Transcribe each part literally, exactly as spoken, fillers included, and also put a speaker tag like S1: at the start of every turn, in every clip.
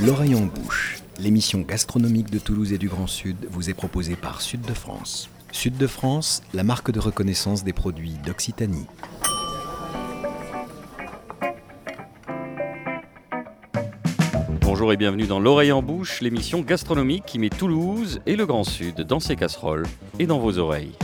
S1: L'oreille en bouche, l'émission gastronomique de Toulouse et du Grand Sud vous est proposée par Sud de France. Sud de France, la marque de reconnaissance des produits d'Occitanie.
S2: Bonjour et bienvenue dans l'oreille en bouche, l'émission gastronomique qui met Toulouse et le Grand Sud dans ses casseroles et dans vos oreilles.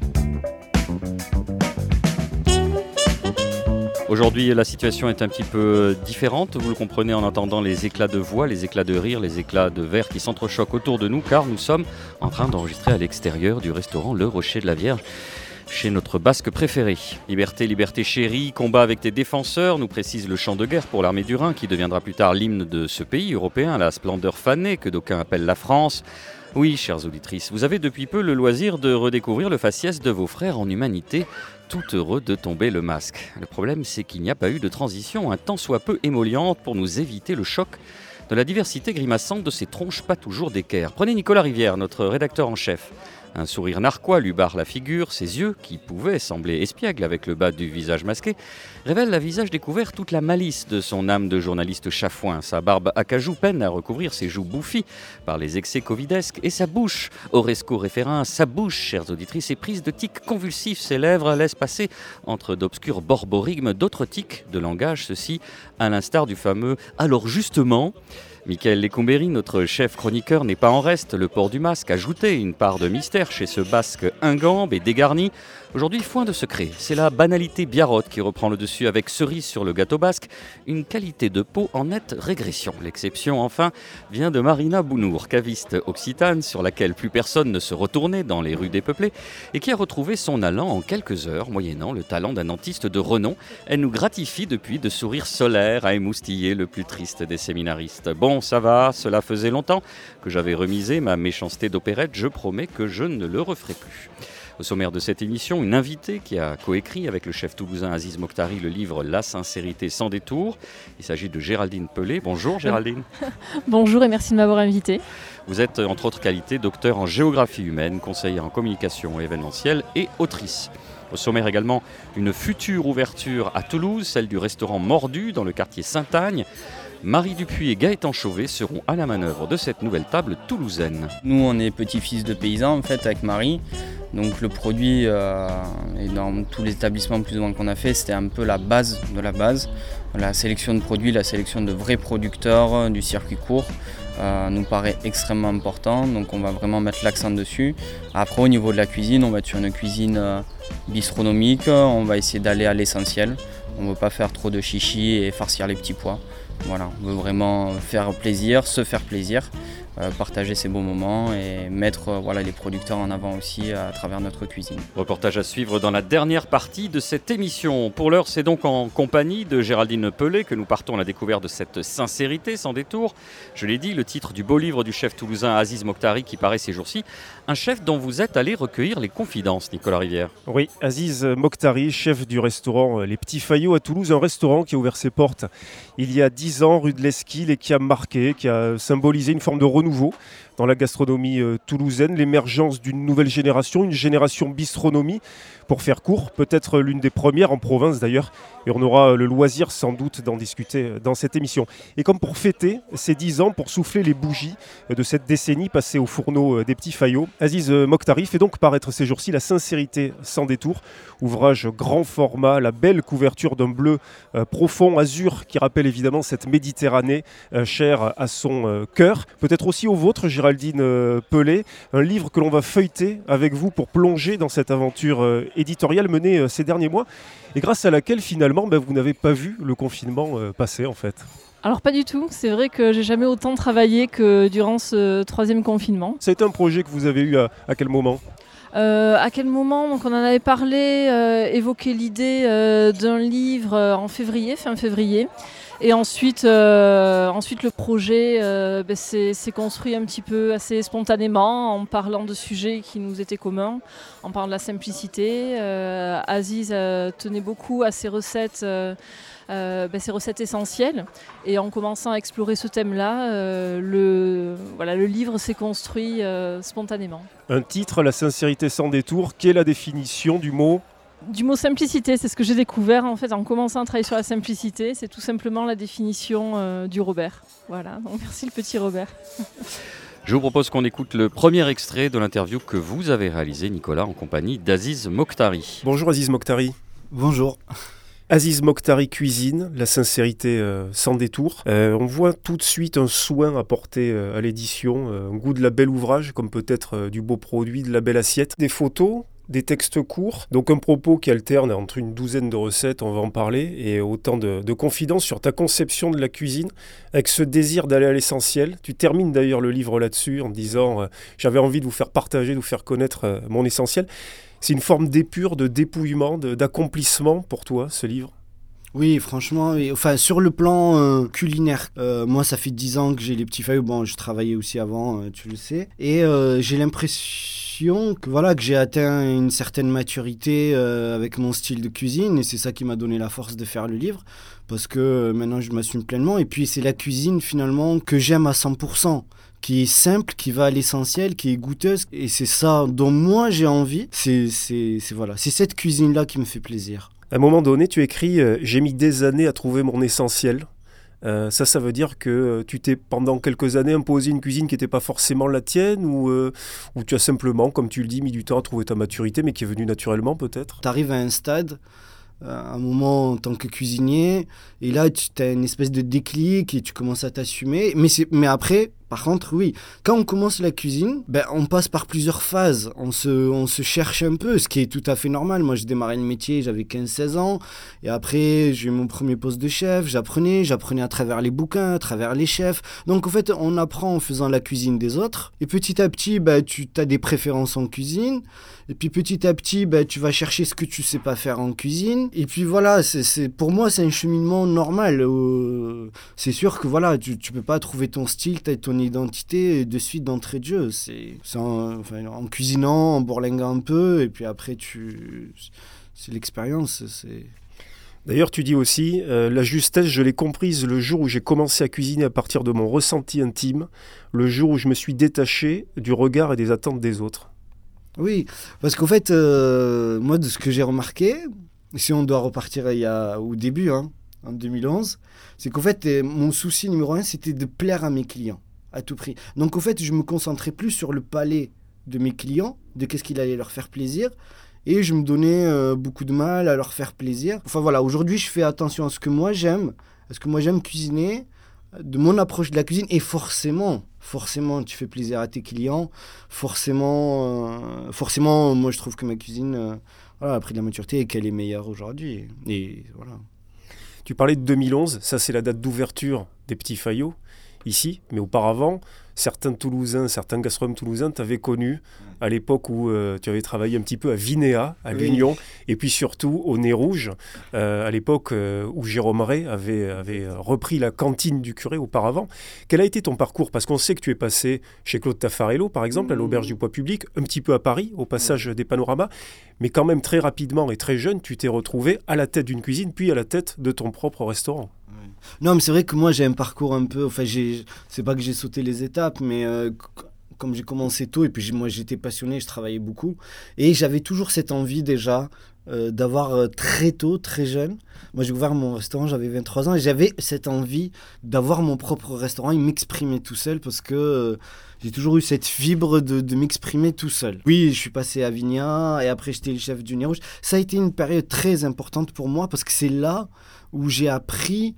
S2: Aujourd'hui, la situation est un petit peu différente, vous le comprenez en entendant les éclats de voix, les éclats de rire, les éclats de verre qui s'entrechoquent autour de nous, car nous sommes en train d'enregistrer à l'extérieur du restaurant Le Rocher de la Vierge, chez notre basque préféré. Liberté, liberté chérie, combat avec tes défenseurs, nous précise le chant de guerre pour l'armée du Rhin, qui deviendra plus tard l'hymne de ce pays européen, la splendeur fanée que d'aucuns appellent la France. Oui, chères auditrices, vous avez depuis peu le loisir de redécouvrir le faciès de vos frères en humanité, tout heureux de tomber le masque. Le problème, c'est qu'il n'y a pas eu de transition un tant soit peu émolliente pour nous éviter le choc de la diversité grimaçante de ces tronches pas toujours d'équerre. Prenez Nicolas Rivière, notre rédacteur en chef. Un sourire narquois lui barre la figure, ses yeux, qui pouvaient sembler espiègles avec le bas du visage masqué, révèlent à visage découvert toute la malice de son âme de journaliste chafouin. Sa barbe acajou peine à recouvrir ses joues bouffies par les excès covidesques et sa bouche, Oresco référin, sa bouche, chères auditrices, est prise de tics convulsifs. Ses lèvres laissent passer entre d'obscurs borborigmes d'autres tics de langage, ceci à l'instar du fameux « alors justement ». Michael Lecomberi, notre chef chroniqueur, n'est pas en reste. Le port du masque ajoutait une part de mystère chez ce basque ingambe et dégarni. Aujourd'hui, foin de secret. C'est la banalité biarrotte qui reprend le dessus avec cerise sur le gâteau basque. Une qualité de peau en nette régression. L'exception, enfin, vient de Marina Bounour, caviste occitane sur laquelle plus personne ne se retournait dans les rues dépeuplées et qui a retrouvé son allant en quelques heures, moyennant le talent d'un dentiste de renom. Elle nous gratifie depuis de sourires solaires à émoustiller le plus triste des séminaristes. Bon, ça va, cela faisait longtemps que j'avais remisé ma méchanceté d'opérette, je promets que je ne le referai plus. Au sommaire de cette émission, une invitée qui a coécrit avec le chef toulousain Aziz Mokhtari le livre La sincérité sans détour. Il s'agit de Géraldine Pellet. Bonjour Géraldine.
S3: Bonjour et merci de m'avoir invitée.
S2: Vous êtes entre autres qualités docteur en géographie humaine, conseillère en communication événementielle et autrice. Au sommaire également, une future ouverture à Toulouse, celle du restaurant Mordu dans le quartier Sainte-Agne. Marie Dupuis et Gaëtan Chauvet seront à la manœuvre de cette nouvelle table toulousaine.
S4: Nous, on est petits-fils de paysans en fait avec Marie. Donc le produit, euh, et dans tous les établissements plus ou moins qu'on a fait, c'était un peu la base de la base. La sélection de produits, la sélection de vrais producteurs du circuit court euh, nous paraît extrêmement important. Donc on va vraiment mettre l'accent dessus. Après au niveau de la cuisine, on va être sur une cuisine euh, bistronomique. On va essayer d'aller à l'essentiel. On ne veut pas faire trop de chichi et farcir les petits pois. Voilà, on veut vraiment faire plaisir, se faire plaisir, euh, partager ces beaux moments et mettre euh, voilà, les producteurs en avant aussi à travers notre cuisine.
S2: Reportage à suivre dans la dernière partie de cette émission. Pour l'heure, c'est donc en compagnie de Géraldine Pellet que nous partons à la découverte de cette sincérité sans détour. Je l'ai dit, le titre du beau livre du chef toulousain Aziz Mokhtari qui paraît ces jours-ci. Un chef dont vous êtes allé recueillir les confidences, Nicolas Rivière.
S5: Oui, Aziz Mokhtari, chef du restaurant Les Petits Faillots à Toulouse, un restaurant qui a ouvert ses portes il y a dix ans, rue de l'Esquile, et qui a marqué, qui a symbolisé une forme de renouveau dans la gastronomie euh, toulousaine, l'émergence d'une nouvelle génération, une génération bistronomie, pour faire court, peut-être l'une des premières en province d'ailleurs, et on aura le loisir sans doute d'en discuter dans cette émission. Et comme pour fêter ces dix ans, pour souffler les bougies de cette décennie passée au fourneau des Petits Faillots, Aziz Mokhtari fait donc paraître ces jours-ci La sincérité sans détour, ouvrage grand format, la belle couverture d'un bleu euh, profond, azur, qui rappelle évidemment cette Méditerranée euh, chère à son euh, cœur, peut-être aussi au vôtre, Géraldine euh, Pellet, un livre que l'on va feuilleter avec vous pour plonger dans cette aventure euh, éditoriale menée euh, ces derniers mois, et grâce à laquelle finalement ben, vous n'avez pas vu le confinement euh, passer en fait.
S3: Alors pas du tout, c'est vrai que j'ai jamais autant travaillé que durant ce troisième confinement.
S5: C'est un projet que vous avez eu à, à quel moment ?
S3: Euh, à quel moment donc on en avait parlé, euh, évoqué l'idée euh, d'un livre euh, en février, fin février. Et ensuite, euh, ensuite le projet euh, ben, s'est, s'est construit un petit peu assez spontanément en parlant de sujets qui nous étaient communs, en parlant de la simplicité. Euh, Aziz euh, tenait beaucoup à ses recettes, euh, euh, ben, ses recettes essentielles. Et en commençant à explorer ce thème-là, euh, le, voilà, le livre s'est construit euh, spontanément.
S5: Un titre, La sincérité sans détour, quelle est la définition du mot
S3: Du mot simplicité, c'est ce que j'ai découvert en fait en commençant à travailler sur la simplicité. C'est tout simplement la définition euh, du Robert. Voilà, donc merci le petit Robert.
S2: Je vous propose qu'on écoute le premier extrait de l'interview que vous avez réalisé, Nicolas, en compagnie d'Aziz Mokhtari.
S5: Bonjour Aziz Mokhtari.
S6: Bonjour.
S5: Aziz Mokhtari cuisine, la sincérité euh, sans détour. Euh, on voit tout de suite un soin apporté euh, à l'édition, euh, un goût de la belle ouvrage, comme peut-être euh, du beau produit, de la belle assiette. Des photos, des textes courts, donc un propos qui alterne entre une douzaine de recettes, on va en parler, et autant de, de confidences sur ta conception de la cuisine, avec ce désir d'aller à l'essentiel. Tu termines d'ailleurs le livre là-dessus en disant euh, « j'avais envie de vous faire partager, de vous faire connaître euh, mon essentiel ». C'est une forme d'épure, de dépouillement, de, d'accomplissement pour toi, ce livre ?
S6: Oui, franchement, oui. Enfin, sur le plan euh, culinaire, euh, moi, ça fait dix ans que j'ai les petits feuilles. Bon, je travaillais aussi avant, euh, tu le sais. Et euh, j'ai l'impression que, voilà, que j'ai atteint une certaine maturité euh, avec mon style de cuisine. Et c'est ça qui m'a donné la force de faire le livre. Parce que euh, maintenant, je m'assume pleinement. Et puis, c'est la cuisine, finalement, que j'aime à cent pour cent. Qui est simple, qui va à l'essentiel, qui est goûteuse. Et c'est ça dont moi j'ai envie. C'est, c'est, c'est, voilà. c'est cette cuisine-là qui me fait plaisir.
S5: À un moment donné, tu écris euh, « J'ai mis des années à trouver mon essentiel euh, ». Ça, ça veut dire que euh, tu t'es pendant quelques années imposé une cuisine qui n'était pas forcément la tienne ou, euh, ou tu as simplement, comme tu le dis, mis du temps à trouver ta maturité, mais qui est venue naturellement peut-être ?
S6: Tu arrives à un stade, à un moment en tant que cuisinier, et là tu as une espèce de déclic et tu commences à t'assumer. Mais, c'est, mais après, par contre, oui, quand on commence la cuisine, ben, on passe par plusieurs phases. On se, on se cherche un peu, ce qui est tout à fait normal. Moi, j'ai démarré le métier, j'avais quinze seize ans. Et après, j'ai eu mon premier poste de chef. J'apprenais, j'apprenais à travers les bouquins, à travers les chefs. Donc, en fait, on apprend en faisant la cuisine des autres. Et petit à petit, ben, tu as des préférences en cuisine. Et puis, petit à petit, ben, tu vas chercher ce que tu sais pas faire en cuisine. Et puis, voilà, c'est, c'est, pour moi, c'est un cheminement normal. Euh, c'est sûr que, voilà, tu, tu peux pas trouver ton style, tu as ton identité de suite d'entrée de jeu. C'est, c'est en, enfin, en cuisinant, en bourlinguant un peu, et puis après, tu, c'est l'expérience. C'est...
S5: D'ailleurs, tu dis aussi, euh, la justesse, je l'ai comprise le jour où j'ai commencé à cuisiner à partir de mon ressenti intime, le jour où je me suis détaché du regard et des attentes des autres.
S6: Oui, parce qu'en fait, euh, moi, de ce que j'ai remarqué, si on doit repartir il y a, au début, hein, en deux mille onze, c'est qu'en fait, mon souci numéro un, c'était de plaire à mes clients. À tout prix. Donc, en fait, je me concentrais plus sur le palais de mes clients, de qu'est-ce qu'il allait leur faire plaisir, et je me donnais euh, beaucoup de mal à leur faire plaisir. Enfin, voilà, aujourd'hui, je fais attention à ce que moi j'aime, à ce que moi j'aime cuisiner, de mon approche de la cuisine, et forcément, forcément, tu fais plaisir à tes clients, forcément, euh, forcément, moi, je trouve que ma cuisine, euh, voilà, a pris de la maturité et qu'elle est meilleure aujourd'hui, et voilà.
S5: Tu parlais de deux mille onze, ça c'est la date d'ouverture des Petits Fayots, ici, mais auparavant, certains Toulousains, certains gastronomes toulousains t'avaient connu à l'époque où euh, tu avais travaillé un petit peu à Vinéa, à oui. l'Union, et puis surtout au Nez Rouge, euh, à l'époque euh, où Jérôme Ray avait, avait repris la cantine du curé auparavant. Quel a été ton parcours ? Parce qu'on sait que tu es passé chez Claude Taffarello, par exemple, mmh. à l'Auberge du Poids Public, un petit peu à Paris, au passage mmh. des Panoramas, mais quand même très rapidement et très jeune, tu t'es retrouvé à la tête d'une cuisine, puis à la tête de ton propre restaurant.
S6: Non, mais c'est vrai que moi j'ai un parcours un peu, enfin j'ai, c'est pas que j'ai sauté les étapes, mais euh, comme j'ai commencé tôt et puis j'ai, moi j'étais passionné, je travaillais beaucoup et j'avais toujours cette envie déjà euh, d'avoir euh, très tôt, très jeune. Moi j'ai ouvert mon restaurant, j'avais vingt-trois ans et j'avais cette envie d'avoir mon propre restaurant et m'exprimer tout seul parce que euh, j'ai toujours eu cette fibre de, de m'exprimer tout seul. Oui, je suis passé à Vignat et après j'étais le chef du Nez Rouge. Ça a été une période très importante pour moi parce que c'est là où j'ai appris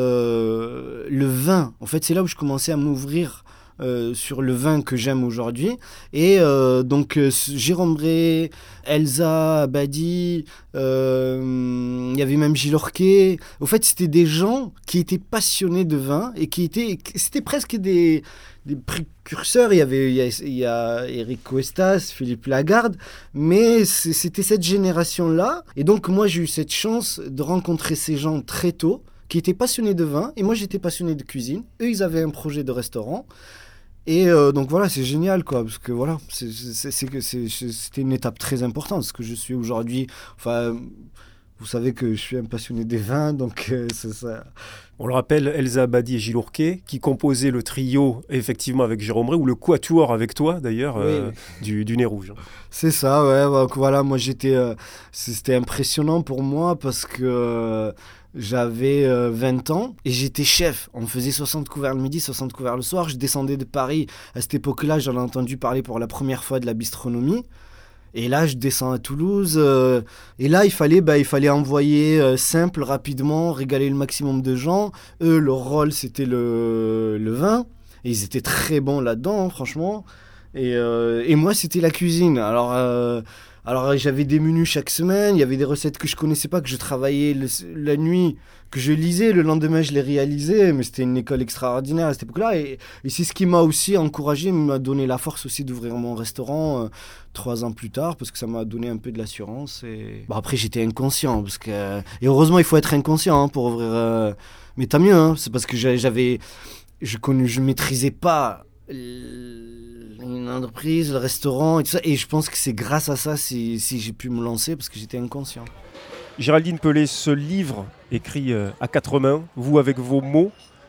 S6: euh, le vin. En fait, c'est là où je commençais à m'ouvrir euh, sur le vin que j'aime aujourd'hui. Et euh, donc, euh, Jérôme Ray, Elsa Abadi, euh, il y avait même Gilles Orquet. En fait, c'était des gens qui étaient passionnés de vin et qui étaient... C'était presque des... des précurseurs, il y avait il y a, il y a Eric Cuestas, Philippe Lagarde, mais c'était cette génération-là. Et donc, moi, j'ai eu cette chance de rencontrer ces gens très tôt, qui étaient passionnés de vin, et moi, j'étais passionné de cuisine. Eux, ils avaient un projet de restaurant. Et euh, donc, voilà, c'est génial, quoi, parce que, voilà, c'est, c'est, c'est, c'est, c'était une étape très importante, ce que je suis aujourd'hui. Enfin... vous savez que je suis un passionné des vins, donc euh, c'est ça.
S5: On le rappelle, Elsa Abadi et Gilles Ourquet, qui composaient le trio effectivement avec Jérôme Ray, ou le quatuor avec toi d'ailleurs,
S6: Oui,
S5: euh,
S6: oui.
S5: du, du Nez Rouge.
S6: C'est ça, ouais. Donc voilà, moi j'étais, euh, c'était impressionnant pour moi parce que euh, j'avais euh, vingt ans et j'étais chef. On faisait soixante couverts le midi, soixante couverts le soir. Je descendais de Paris. À cette époque-là, j'en ai entendu parler pour la première fois de la bistronomie. Et là, je descends à Toulouse. Euh, et là, il fallait, bah, il fallait envoyer euh, simple, rapidement, régaler le maximum de gens. Eux, leur rôle, c'était le, le vin. Et ils étaient très bons là-dedans, hein, franchement. Et, euh, et moi, c'était la cuisine. Alors, euh, alors, j'avais des menus chaque semaine. Il y avait des recettes que je connaissais pas, que je travaillais le, la nuit, que je lisais. Le lendemain, je les réalisais. Mais c'était une école extraordinaire à cette époque-là. Et, et c'est ce qui m'a aussi encouragé, m'a donné la force aussi d'ouvrir mon restaurant euh, trois ans plus tard, parce que ça m'a donné un peu de l'assurance. Et... Bon, après, j'étais inconscient. Parce que... Et heureusement, il faut être inconscient hein, pour ouvrir... Euh... Mais tant mieux, hein, c'est parce que j'avais... Je ne je maîtrisais pas une entreprise, le restaurant et tout ça. Et je pense que c'est grâce à ça si, si j'ai pu me lancer, parce que j'étais inconscient.
S5: Géraldine Pellet, ce livre écrit euh, à quatre mains, vous avec vos mots,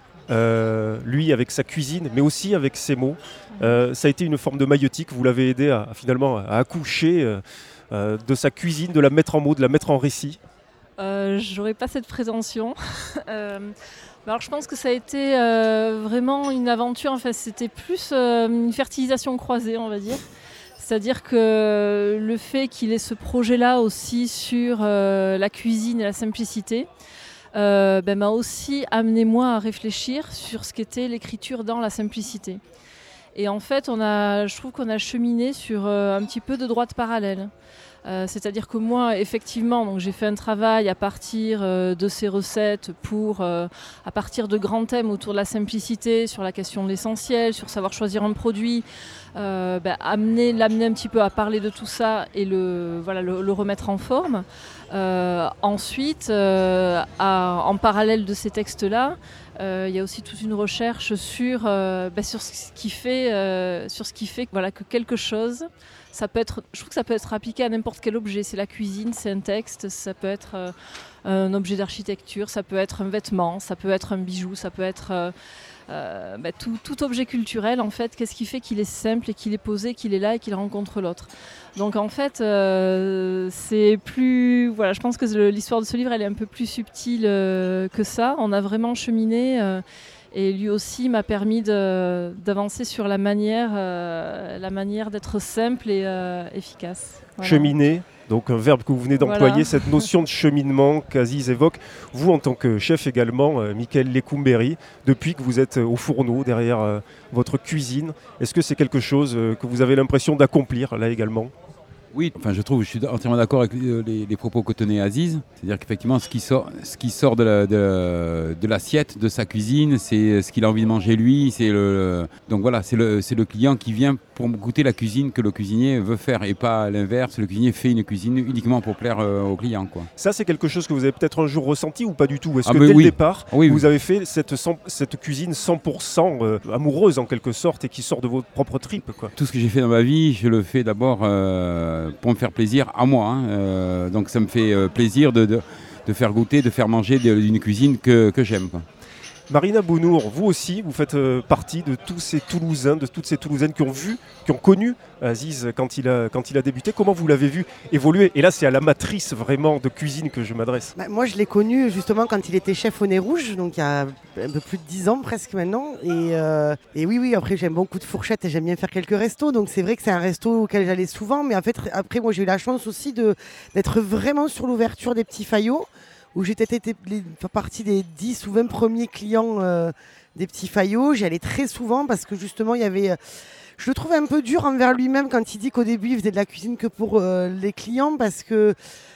S5: euh, lui avec sa cuisine, mais aussi avec ses mots. Euh, ça a été une forme de maïeutique, vous l'avez aidé à, à, finalement à accoucher euh, euh, de sa cuisine, de la mettre en mots, de la mettre en récit.
S3: Euh, j'aurais pas cette prétention. euh, alors je pense que ça a été euh, vraiment une aventure. Enfin, c'était plus euh, une fertilisation croisée, on va dire. C'est-à-dire que le fait qu'il ait ce projet-là aussi sur euh, la cuisine et la simplicité euh, ben, m'a aussi amené moi à réfléchir sur ce qu'était l'écriture dans la simplicité. Et en fait, on a, je trouve qu'on a cheminé sur euh, un petit peu de droite parallèle. Euh, c'est-à-dire que moi, effectivement, donc j'ai fait un travail à partir euh, de ces recettes pour, euh, à partir de grands thèmes autour de la simplicité, sur la question de l'essentiel, sur savoir choisir un produit, euh, ben, amener, l'amener un petit peu à parler de tout ça et le, voilà, le, le remettre en forme. Euh, ensuite, euh, à, en parallèle de ces textes-là, euh, il y a aussi toute une recherche sur, euh, ben, sur ce qui fait, euh, sur ce qui fait voilà, que quelque chose... Ça peut être, je trouve que ça peut être appliqué à n'importe quel objet. C'est la cuisine, c'est un texte, ça peut être euh, un objet d'architecture, ça peut être un vêtement, ça peut être un bijou, ça peut être euh, euh, bah, tout, tout objet culturel. En fait, qu'est-ce qui fait qu'il est simple et qu'il est posé, qu'il est là et qu'il rencontre l'autre. Donc en fait, euh, c'est plus, voilà, je pense que le, l'histoire de ce livre, elle est un peu plus subtile euh, que ça. On a vraiment cheminé. Euh, Et lui aussi m'a permis de, d'avancer sur la manière, euh, la manière d'être simple et euh, efficace. Voilà.
S5: Cheminer, donc un verbe que vous venez d'employer, voilà. Cette notion de cheminement qu'Aziz évoque. Vous, en tant que chef également, euh, Mickaël Lécoumbéry, depuis que vous êtes au fourneau, derrière euh, votre cuisine, est-ce que c'est quelque chose euh, que vous avez l'impression d'accomplir là également ?
S7: Oui, enfin, je trouve, je suis entièrement d'accord avec les, les propos que tenait Aziz. C'est-à-dire qu'effectivement, ce qui sort, ce qui sort de, la, de, de l'assiette de sa cuisine, c'est ce qu'il a envie de manger lui. C'est le, donc voilà, c'est le, c'est le client qui vient pour goûter la cuisine que le cuisinier veut faire et pas l'inverse. Le cuisinier fait une cuisine uniquement pour plaire euh, au client, quoi.
S5: Ça, c'est quelque chose que vous avez peut-être un jour ressenti ou pas du tout ? Est-ce
S7: ah
S5: que
S7: ben
S5: dès
S7: oui.
S5: le départ,
S7: oui,
S5: vous
S7: oui.
S5: avez fait cette, cette cuisine cent pour cent euh, amoureuse en quelque sorte et qui sort de votre propre tripe, quoi ?
S7: Tout ce que j'ai fait dans ma vie, je le fais d'abord euh, pour me faire plaisir à moi. Hein. Euh, donc ça me fait euh, plaisir de, de, de faire goûter, de faire manger de, d'une cuisine que, que j'aime, quoi.
S5: Marina Bounour, vous aussi, vous faites euh, partie de tous ces Toulousains, de toutes ces Toulousaines qui ont vu, qui ont connu Aziz quand il a, quand il a débuté. Comment vous l'avez vu évoluer ? Et là, c'est à la matrice vraiment de cuisine que je m'adresse.
S8: Bah, moi, je l'ai connu justement quand il était chef au Nez Rouge, donc il y a un peu plus de dix ans presque maintenant. Et, euh, et oui, oui, après, j'aime beaucoup de fourchettes et j'aime bien faire quelques restos. Donc c'est vrai que c'est un resto auquel j'allais souvent. Mais en fait, après, moi, j'ai eu la chance aussi de, d'être vraiment sur l'ouverture des Petits Fayots, où j'étais partie des dix ou vingt premiers clients euh, des Petits Fayots. J'y allais très souvent parce que justement, il y avait... Euh, je le trouvais un peu dur envers lui-même quand il dit qu'au début, il faisait de la cuisine que pour euh, les clients parce que...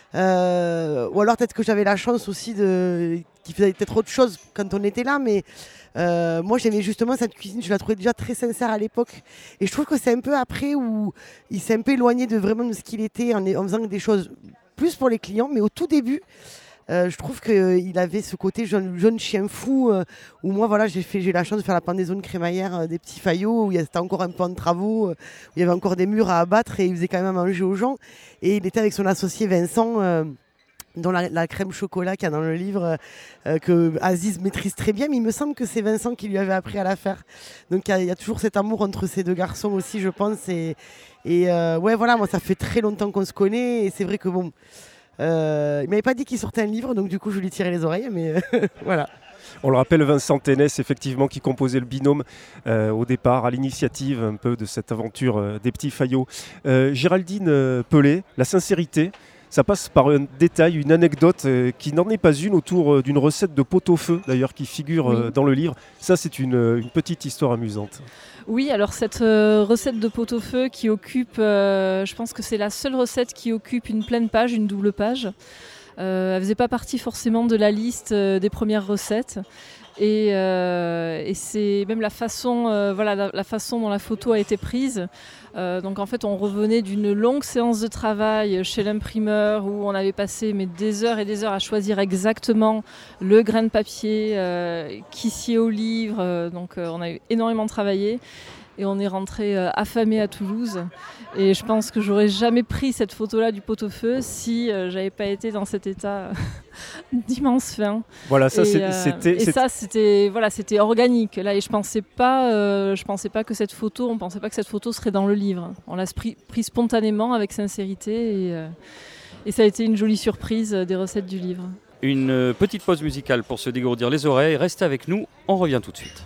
S8: Euh, ou alors peut-être que j'avais la chance aussi de... qu'il faisait peut-être autre chose quand on était là, mais... Euh, moi j'aimais justement cette cuisine, je la trouvais déjà très sincère à l'époque et je trouve que c'est un peu après où il s'est un peu éloigné de vraiment de ce qu'il était en, en faisant des choses plus pour les clients, mais au tout début Euh, je trouve qu'il euh, avait ce côté jeune, jeune chien fou euh, où moi voilà, j'ai, fait, j'ai eu la chance de faire la pendaison de crémaillère euh, des Petits Fayots où il y c'était encore un peu en travaux, euh, où il y avait encore des murs à abattre et il faisait quand même à manger aux gens et il était avec son associé Vincent euh, dont la, la crème chocolat qu'il y a dans le livre, euh, que Aziz maîtrise très bien, mais il me semble que c'est Vincent qui lui avait appris à la faire. Donc il y, y a toujours cet amour entre ces deux garçons aussi, je pense. Et, et euh, ouais, voilà, moi ça fait très longtemps qu'on se connaît, et c'est vrai que bon, euh, il m'avait pas dit qu'il sortait un livre, donc du coup je lui tirais les oreilles, mais euh, voilà.
S5: On le rappelle, Vincent Ténès, effectivement, qui composait le binôme euh, au départ, à l'initiative un peu de cette aventure euh, des Petits Fayot. Euh, Géraldine euh, Pelé, la sincérité, ça passe par un détail, une anecdote euh, qui n'en est pas une autour euh, d'une recette de pot-au-feu, d'ailleurs, qui figure euh,
S3: Oui.
S5: dans le livre. Ça, c'est une, une petite histoire amusante.
S3: Oui, alors cette euh, recette de pot-au-feu qui occupe, euh, je pense que c'est la seule recette qui occupe une pleine page, une double page. Euh, elle ne faisait pas partie forcément de la liste euh, des premières recettes. Et, euh, et c'est même la façon, euh, voilà, la, la façon dont la photo a été prise. Euh, donc en fait, on revenait d'une longue séance de travail chez l'imprimeur où on avait passé mais, des heures et des heures à choisir exactement le grain de papier euh, qui sied au livre. Euh, donc euh, on a eu énormément travaillé. Et on est rentré euh, affamé à Toulouse. Et je pense que j'aurais jamais pris cette photo-là du pot-au-feu si euh, j'avais pas été dans cet état d'immense faim.
S5: Voilà, ça,
S3: et,
S5: c'est,
S3: euh,
S5: c'était...
S3: et
S5: c'était...
S3: ça, c'était, voilà, c'était organique. Là, et je pensais pas, euh, je pensais pas que cette photo, on pensait pas que cette photo serait dans le livre. On l'a pris, pris spontanément, avec sincérité. Et, euh, et ça a été une jolie surprise des recettes du livre.
S2: Une petite pause musicale pour se dégourdir les oreilles. Restez avec nous, on revient tout de suite.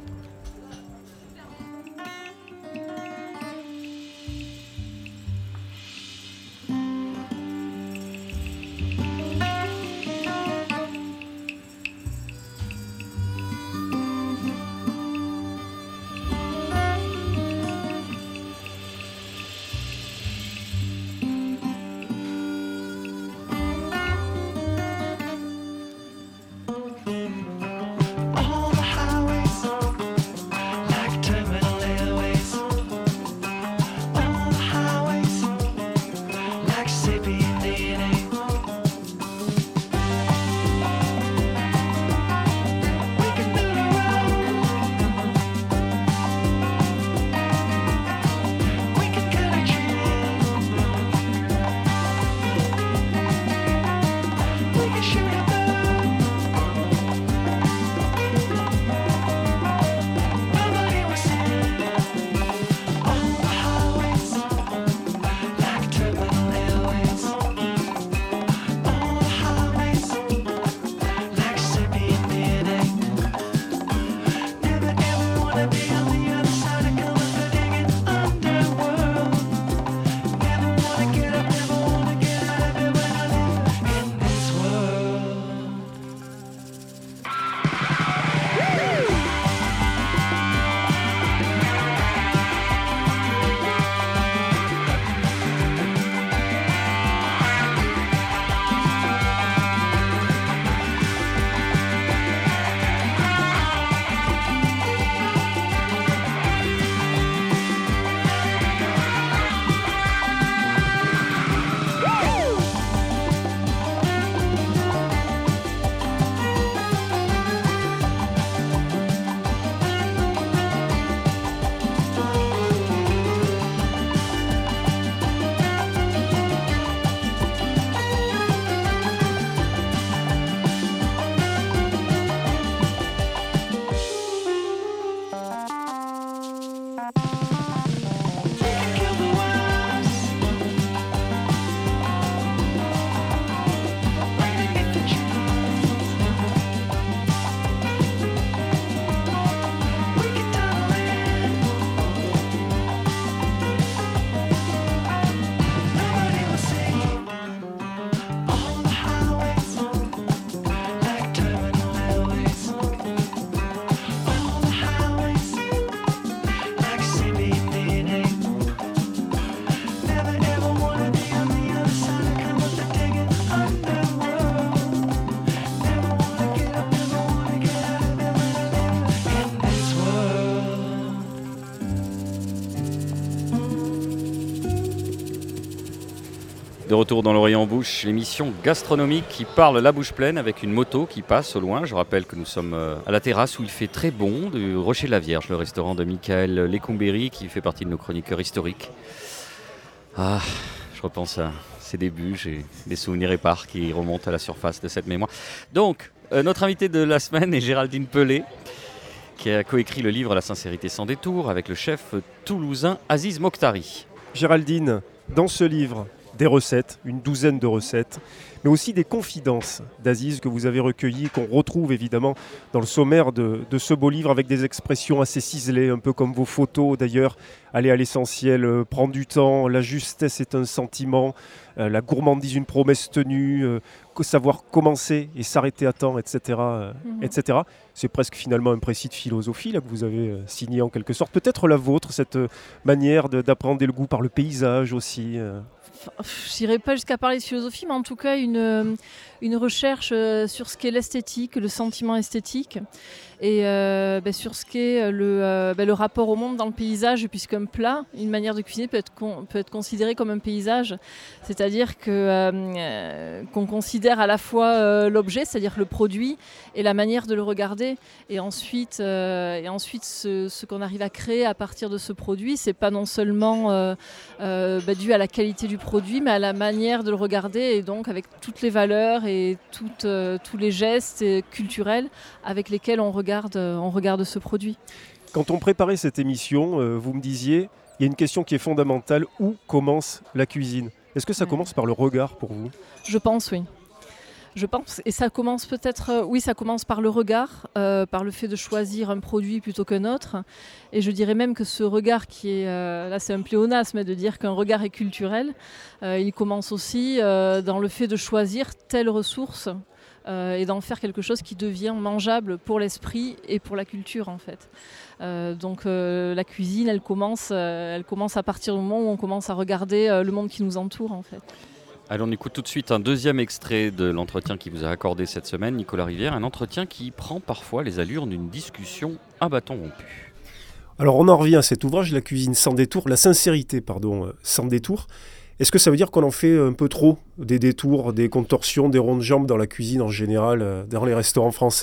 S2: De retour dans l'Orient en bouche, l'émission gastronomique qui parle la bouche pleine avec une moto qui passe au loin. Je rappelle que nous sommes à la terrasse où il fait très bon, du Rocher de la Vierge, le restaurant de Michael Lecumberi qui fait partie de nos chroniqueurs historiques. Ah, je repense à ces débuts, j'ai des souvenirs épars qui remontent à la surface de cette mémoire. Donc, euh, notre invité de la semaine est Géraldine Pelé, qui a coécrit le livre La sincérité sans détour avec le chef toulousain Aziz Mokhtari.
S5: Géraldine, dans ce livre, des recettes, une douzaine de recettes, mais aussi des confidences d'Aziz que vous avez recueillies, qu'on retrouve évidemment dans le sommaire de, de ce beau livre avec des expressions assez ciselées, un peu comme vos photos d'ailleurs. Aller à l'essentiel, euh, prendre du temps, la justesse est un sentiment, euh, la gourmandise une promesse tenue, euh, savoir commencer et s'arrêter à temps, et cetera, euh, mmh. et cetera. C'est presque finalement un précis de philosophie là, que vous avez euh, signé en quelque sorte. Peut-être la vôtre, cette euh, manière de, d'apprendre le goût par le paysage aussi. Euh.
S3: Je n'irai pas jusqu'à parler de philosophie, mais en tout cas une, une recherche sur ce qu'est l'esthétique, le sentiment esthétique, et euh, bah, sur ce qu'est le, euh, bah, le rapport au monde dans le paysage, puisqu'un plat, une manière de cuisiner peut être, con, peut être considéré comme un paysage, c'est-à-dire que, euh, qu'on considère à la fois euh, l'objet, c'est-à-dire le produit, et la manière de le regarder, et ensuite, euh, et ensuite ce, ce qu'on arrive à créer à partir de ce produit, c'est pas non seulement euh, euh, bah, dû à la qualité du produit, mais à la manière de le regarder, et donc avec toutes les valeurs et toutes, euh, tous les gestes culturels avec lesquels on regarde, euh, on regarde ce produit.
S5: Quand on préparait cette émission, euh, vous me disiez, il y a une question qui est fondamentale, où commence la cuisine ? Est-ce que ça ouais. commence par le regard pour vous ?
S3: Je pense, oui. Je pense, et ça commence peut-être, euh, oui, ça commence par le regard, euh, par le fait de choisir un produit plutôt qu'un autre. Et je dirais même que ce regard qui est, euh, là c'est un pléonasme de dire qu'un regard est culturel, euh, il commence aussi euh, dans le fait de choisir telle ressource euh, et d'en faire quelque chose qui devient mangeable pour l'esprit et pour la culture en fait. Euh, donc euh, la cuisine, elle commence, euh, elle commence à partir du moment où on commence à regarder euh, le monde qui nous entoure en fait.
S2: Allez, on écoute tout de suite un deuxième extrait de l'entretien qu'il vous a accordé cette semaine, Nicolas Rivière, un entretien qui prend parfois les allures d'une discussion à bâton rompu.
S5: Alors on en revient à cet ouvrage, La cuisine sans détour, la sincérité, pardon, euh, sans détour. Est-ce que ça veut dire qu'on en fait un peu trop, des détours, des contorsions, des rondes jambes dans la cuisine en général, euh, dans les restaurants français ?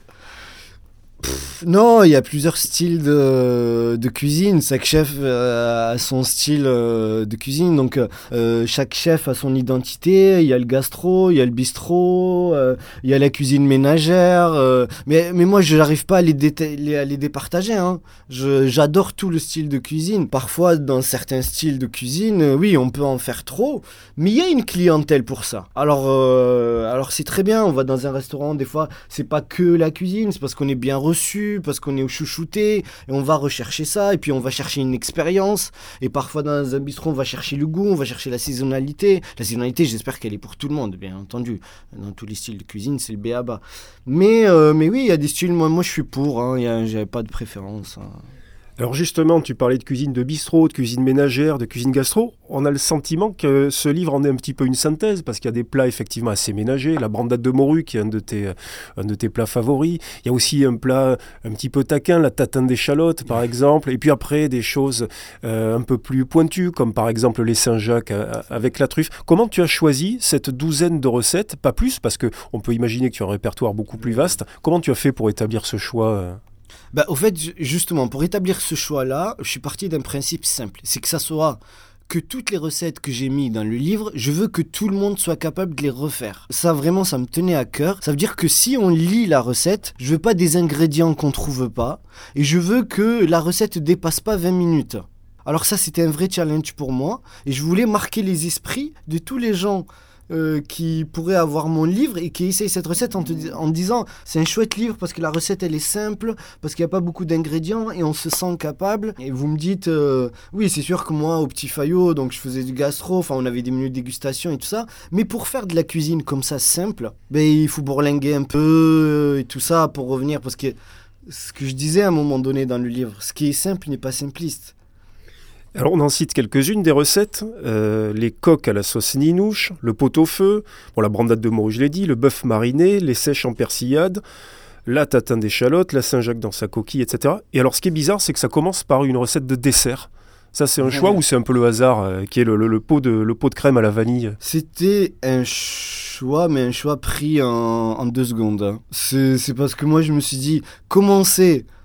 S6: Pff, non, il y a plusieurs styles de, de cuisine. Chaque chef euh, a son style euh, de cuisine. Donc, euh, chaque chef a son identité. Il y a le gastro, il y a le bistrot, euh, il y a la cuisine ménagère. Euh, mais, mais moi, je n'arrive pas à les, déta- les, à les départager. Hein. Je, j'adore tout le style de cuisine. Parfois, dans certains styles de cuisine, euh, oui, on peut en faire trop. Mais il y a une clientèle pour ça. Alors, euh, alors c'est très bien. On va dans un restaurant, des fois, c'est pas que la cuisine. C'est parce qu'on est bien reçu, parce qu'on est chouchouté, et on va rechercher ça, et puis on va chercher une expérience, et parfois dans un bistrot on va chercher le goût, on va chercher la saisonnalité. La saisonnalité, j'espère qu'elle est pour tout le monde, bien entendu. Dans tous les styles de cuisine, c'est le b a ba. Mais, euh, mais oui, il y a des styles, moi, moi je suis pour, hein, y a, j'avais pas de préférence. Hein.
S5: Alors justement, tu parlais de cuisine de bistrot, de cuisine ménagère, de cuisine gastro. On a le sentiment que ce livre en est un petit peu une synthèse, parce qu'il y a des plats effectivement assez ménagers. La brandade de morue, qui est un de tes, un de tes plats favoris. Il y a aussi un plat un petit peu taquin, la tatin d'échalote par exemple. Et puis après, des choses euh, un peu plus pointues, comme par exemple les Saint-Jacques avec la truffe. Comment tu as choisi cette douzaine de recettes ? Pas plus, parce qu'on peut imaginer que tu as un répertoire beaucoup plus vaste. Comment tu as fait pour établir ce choix ?
S6: Bah, au fait, justement, pour établir ce choix-là, je suis parti d'un principe simple. C'est que ça soit que toutes les recettes que j'ai mises dans le livre, je veux que tout le monde soit capable de les refaire. Ça, vraiment, ça me tenait à cœur. Ça veut dire que si on lit la recette, je veux pas des ingrédients qu'on trouve pas. Et je veux que la recette dépasse pas vingt minutes. Alors ça, c'était un vrai challenge pour moi. Et je voulais marquer les esprits de tous les gens Euh, qui pourrait avoir mon livre et qui essaye cette recette en, te, en disant c'est un chouette livre parce que la recette elle est simple, parce qu'il n'y a pas beaucoup d'ingrédients et on se sent capable. Et vous me dites euh, oui, c'est sûr que moi au Petit Fayot, donc je faisais du gastro, enfin on avait des menus de dégustation et tout ça, mais pour faire de la cuisine comme ça simple, ben, il faut bourlinguer un peu et tout ça pour revenir, parce que ce que je disais à un moment donné dans le livre, ce qui est simple n'est pas simpliste.
S5: Alors on en cite quelques-unes des recettes, euh, les coques à la sauce ninouche, le pot-au-feu, bon, la brandade de morue je l'ai dit, le bœuf mariné, les sèches en persillade, la tatin d'échalote, la Saint-Jacques dans sa coquille, et cetera. Et alors ce qui est bizarre, c'est que ça commence par une recette de dessert. Ça c'est un choix ou c'est un peu le hasard, euh, qui est le, le, le, pot de, le pot de crème à la vanille ?
S6: C'était un choix, mais un choix pris en, en deux secondes. Hein. C'est, c'est parce que moi je me suis dit, commencer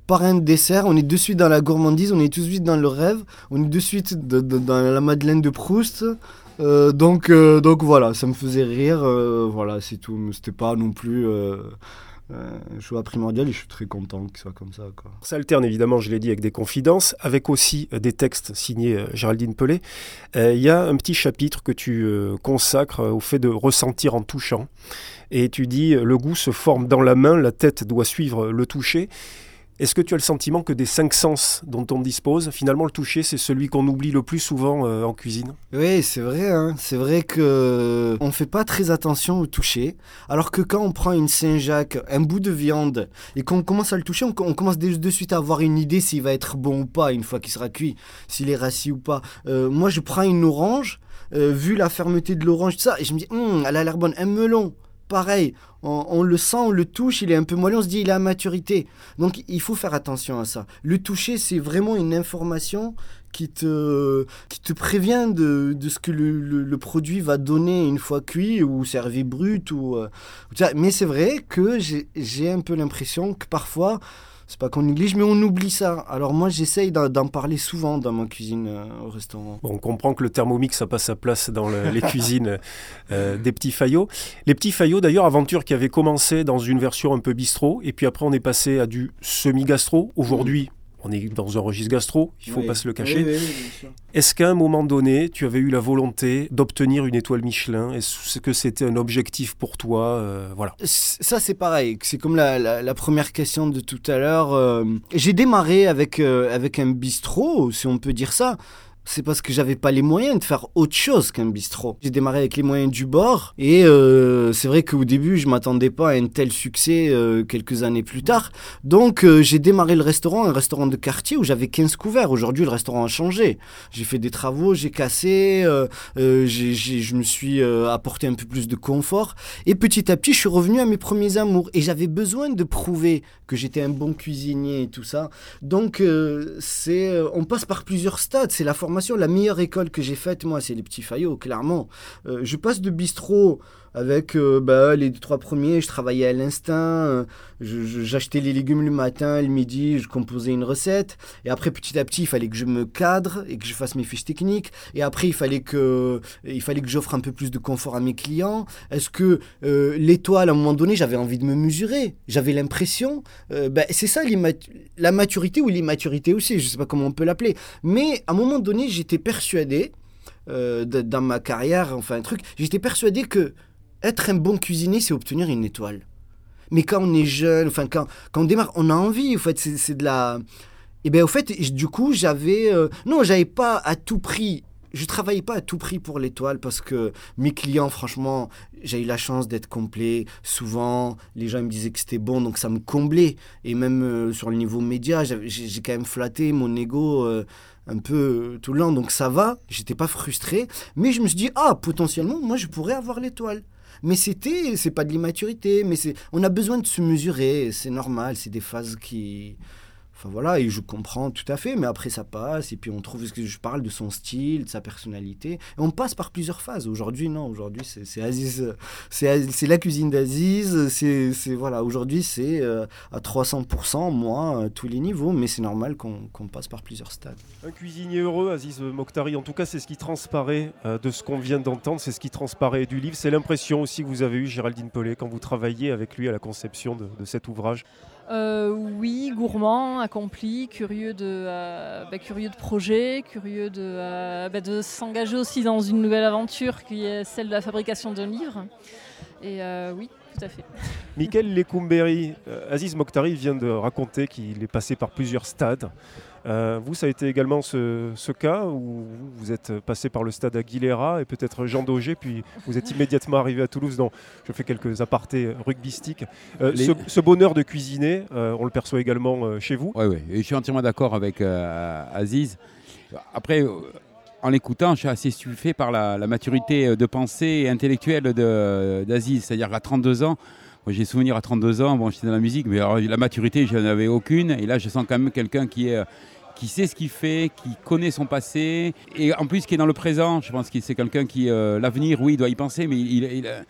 S6: parrain de dessert, on est de suite dans la gourmandise, on est tout de suite dans le rêve, on est de suite de, de, dans la Madeleine de Proust. Euh, donc, euh, donc voilà, ça me faisait rire. Euh, voilà, c'est tout. C'était pas non plus euh, euh, un choix primordial et je suis très content qu'il soit comme ça, quoi.
S5: Ça alterne évidemment, je l'ai dit, avec des confidences, avec aussi euh, des textes signés euh, Géraldine Pellet. Il euh, y a un petit chapitre que tu euh, consacres euh, au fait de ressentir en touchant. Et tu dis, le goût se forme dans la main, la tête doit suivre le toucher. Est-ce que tu as le sentiment que des cinq sens dont on dispose, finalement le toucher, c'est celui qu'on oublie le plus souvent euh, en cuisine ?
S6: Oui, c'est vrai. Hein. C'est vrai qu'on ne fait pas très attention au toucher. Alors que quand on prend une Saint-Jacques, un bout de viande, et qu'on commence à le toucher, on, on commence de, de suite à avoir une idée s'il va être bon ou pas, une fois qu'il sera cuit, s'il est rassis ou pas. Euh, moi, je prends une orange, euh, vu la fermeté de l'orange, tout ça, et je me dis, hm, elle a l'air bonne. Un melon, pareil, on, on le sent, on le touche, il est un peu moelleux, on se dit il est à maturité. Donc il faut faire attention à ça. Le toucher, c'est vraiment une information qui te, qui te prévient de, de ce que le, le, le produit va donner une fois cuit ou servi brut. Ou, euh, mais c'est vrai que j'ai, j'ai un peu l'impression que parfois, c'est pas qu'on néglige, mais on oublie ça. Alors moi, j'essaye d'en, d'en parler souvent dans ma cuisine euh, au restaurant.
S5: Bon, on comprend que le Thermomix n'a pas sa place dans le, les cuisines euh, des Petits Fayot. Les Petits Fayot, d'ailleurs, aventure qui avait commencé dans une version un peu bistrot, et puis après on est passé à du semi-gastro. Aujourd'hui, on est dans un registre gastro, il ne faut
S6: oui.
S5: pas se le cacher.
S6: Oui, oui, oui, bien sûr.
S5: Est-ce qu'à un moment donné, tu avais eu la volonté d'obtenir une étoile Michelin ? Est-ce que c'était un objectif pour toi ? euh, Voilà.
S6: Ça, c'est pareil. C'est comme la, la, la première question de tout à l'heure. Euh, j'ai démarré avec, euh, avec un bistrot, si on peut dire ça. C'est parce que j'avais pas les moyens de faire autre chose qu'un bistrot. J'ai démarré avec les moyens du bord et euh, c'est vrai qu'au début je m'attendais pas à un tel succès euh, quelques années plus tard. Donc euh, j'ai démarré le restaurant, un restaurant de quartier où j'avais quinze couverts. Aujourd'hui le restaurant a changé. J'ai fait des travaux, j'ai cassé, euh, euh, j'ai, j'ai, je me suis euh, apporté un peu plus de confort et petit à petit je suis revenu à mes premiers amours et j'avais besoin de prouver que j'étais un bon cuisinier et tout ça. Donc euh, c'est, euh, on passe par plusieurs stades, c'est la formation. La meilleure école que j'ai faite, moi, c'est les Petits Fayot, clairement. Euh, je passe de bistrot avec euh, bah, les trois premiers, je travaillais à l'instinct, euh, je, je, j'achetais les légumes le matin, le midi, je composais une recette. Et après, petit à petit, il fallait que je me cadre et que je fasse mes fiches techniques. Et après, il fallait que, il fallait que j'offre un peu plus de confort à mes clients. Est-ce que euh, l'étoile, à un moment donné, j'avais envie de me mesurer ? J'avais l'impression, euh, bah, c'est ça la maturité ou l'immaturité aussi, je ne sais pas comment on peut l'appeler. Mais à un moment donné, j'étais persuadé, euh, de, dans ma carrière, enfin un truc, j'étais persuadé que être un bon cuisinier, c'est obtenir une étoile. Mais quand on est jeune, enfin quand, quand on démarre, on a envie, en fait, c'est, c'est de la... Et bien, au fait, du coup, j'avais... Euh... Non, j'avais pas à tout prix... Je travaillais pas à tout prix pour l'étoile parce que mes clients, franchement, j'ai eu la chance d'être complet. Souvent, les gens me disaient que c'était bon, donc ça me comblait. Et même euh, sur le niveau média, j'ai, j'ai quand même flatté mon ego euh, un peu euh, tout le long. Donc ça va, j'étais pas frustré. Mais je me suis dit, ah, potentiellement, moi, je pourrais avoir l'étoile. Mais c'était, c'est pas de l'immaturité, mais c'est, on a besoin de se mesurer, c'est normal, c'est des phases qui... Enfin voilà, et je comprends tout à fait, mais après ça passe, et puis on trouve, ce que je parle de son style, de sa personnalité, et on passe par plusieurs phases. Aujourd'hui, non, aujourd'hui c'est, c'est Aziz, c'est, c'est la cuisine d'Aziz, c'est, c'est voilà, aujourd'hui c'est euh, à trois cents pour cent, moi, à tous les niveaux, mais c'est normal qu'on, qu'on passe par plusieurs stades.
S5: Un cuisinier heureux, Aziz Mokhtari, en tout cas c'est ce qui transparaît euh, de ce qu'on vient d'entendre, c'est ce qui transparaît du livre, c'est l'impression aussi que vous avez eue, Géraldine Pellet, quand vous travaillez avec lui à la conception de, de cet ouvrage.
S3: Euh, oui, gourmand, accompli, curieux de, euh, bah, curieux de projet, curieux de, euh, bah, de s'engager aussi dans une nouvelle aventure qui est celle de la fabrication d'un livre. Et euh, oui, tout à fait.
S5: Mickaël Lecumberri, euh, Aziz Mokhtari vient de raconter qu'il est passé par plusieurs stades. Euh, vous, ça a été également ce, ce cas où vous êtes passé par le stade Aguilera et peut-être Jean Daugé, puis vous êtes immédiatement arrivé à Toulouse. Donc, je fais quelques apartés rugbystiques. Euh, Les... ce, ce bonheur de cuisiner, euh, on le perçoit également euh, chez vous.
S7: Oui, oui. Et je suis entièrement d'accord avec euh, Aziz. Après, euh, en l'écoutant, je suis assez stupéfait par la, la maturité de pensée intellectuelle de, d'Aziz. C'est-à-dire qu'à trente-deux ans, moi, j'ai souvenir à trente-deux ans, bon, j'étais dans la musique, mais alors, la maturité, je n'en avais aucune. Et là, je sens quand même quelqu'un qui est... qui sait ce qu'il fait, qui connaît son passé, et en plus qui est dans le présent. Je pense que c'est quelqu'un qui, euh, l'avenir, oui, il doit y penser, mais il, il,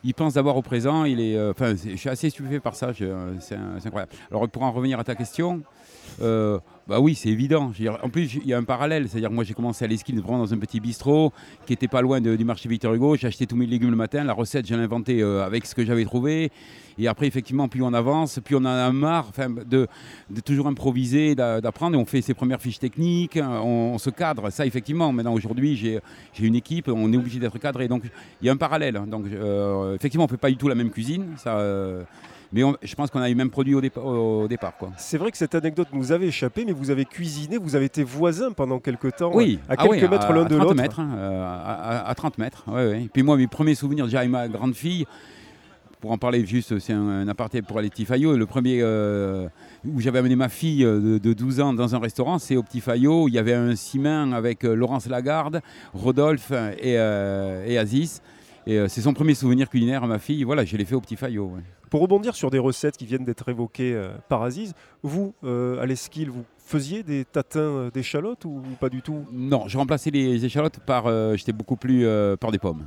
S7: il pense d'abord au présent. Il est, enfin, euh, je suis assez stupéfait par ça. Je, c'est, c'est incroyable. Alors pour en revenir à ta question. Euh, bah oui, c'est évident. Je veux dire, en plus, il y a un parallèle. C'est-à-dire que moi, j'ai commencé à l'esquine vraiment dans un petit bistrot qui n'était pas loin de, du marché Victor Hugo. J'ai acheté tous mes légumes le matin. La recette, je l'ai inventée euh, avec ce que j'avais trouvé. Et après, effectivement, plus on avance, plus on en a marre de, de toujours improviser, d'apprendre. Et on fait ses premières fiches techniques, on, on se cadre. Ça, effectivement, maintenant, aujourd'hui, j'ai, j'ai une équipe, on est obligé d'être cadré. Donc, il y a un parallèle. Donc, euh, effectivement, on ne fait pas du tout la même cuisine. Ça... Euh, Mais on, je pense qu'on a eu le même produit au, dépa- au départ. Quoi.
S5: C'est vrai que cette anecdote nous avait échappé, mais vous avez cuisiné, vous avez été voisins pendant quelques temps,
S7: oui.
S5: à
S7: ah
S5: quelques
S7: oui,
S5: mètres
S7: à,
S5: l'un
S7: à
S5: de l'autre.
S7: Mètres, hein, à, à, à trente mètres, ouais, ouais. Puis moi, mes premiers souvenirs, déjà avec ma grande fille, pour en parler juste, c'est un, un aparté pour les petits Fayot. Le premier euh, où j'avais amené ma fille de, de douze ans dans un restaurant, c'est au Petit Fayot, où il y avait un cimin avec euh, Laurence Lagarde, Rodolphe et, euh, et Aziz. Et euh, c'est son premier souvenir culinaire à ma fille. Voilà, je l'ai fait au Petit Fayot. Ouais.
S5: Pour rebondir sur des recettes qui viennent d'être évoquées euh, par Aziz, vous, euh, à l'Esquile, vous faisiez des tatins d'échalotes ou, ou pas du tout?
S7: Non, je remplaçais les échalotes par, euh, j'étais beaucoup plus euh, par des pommes.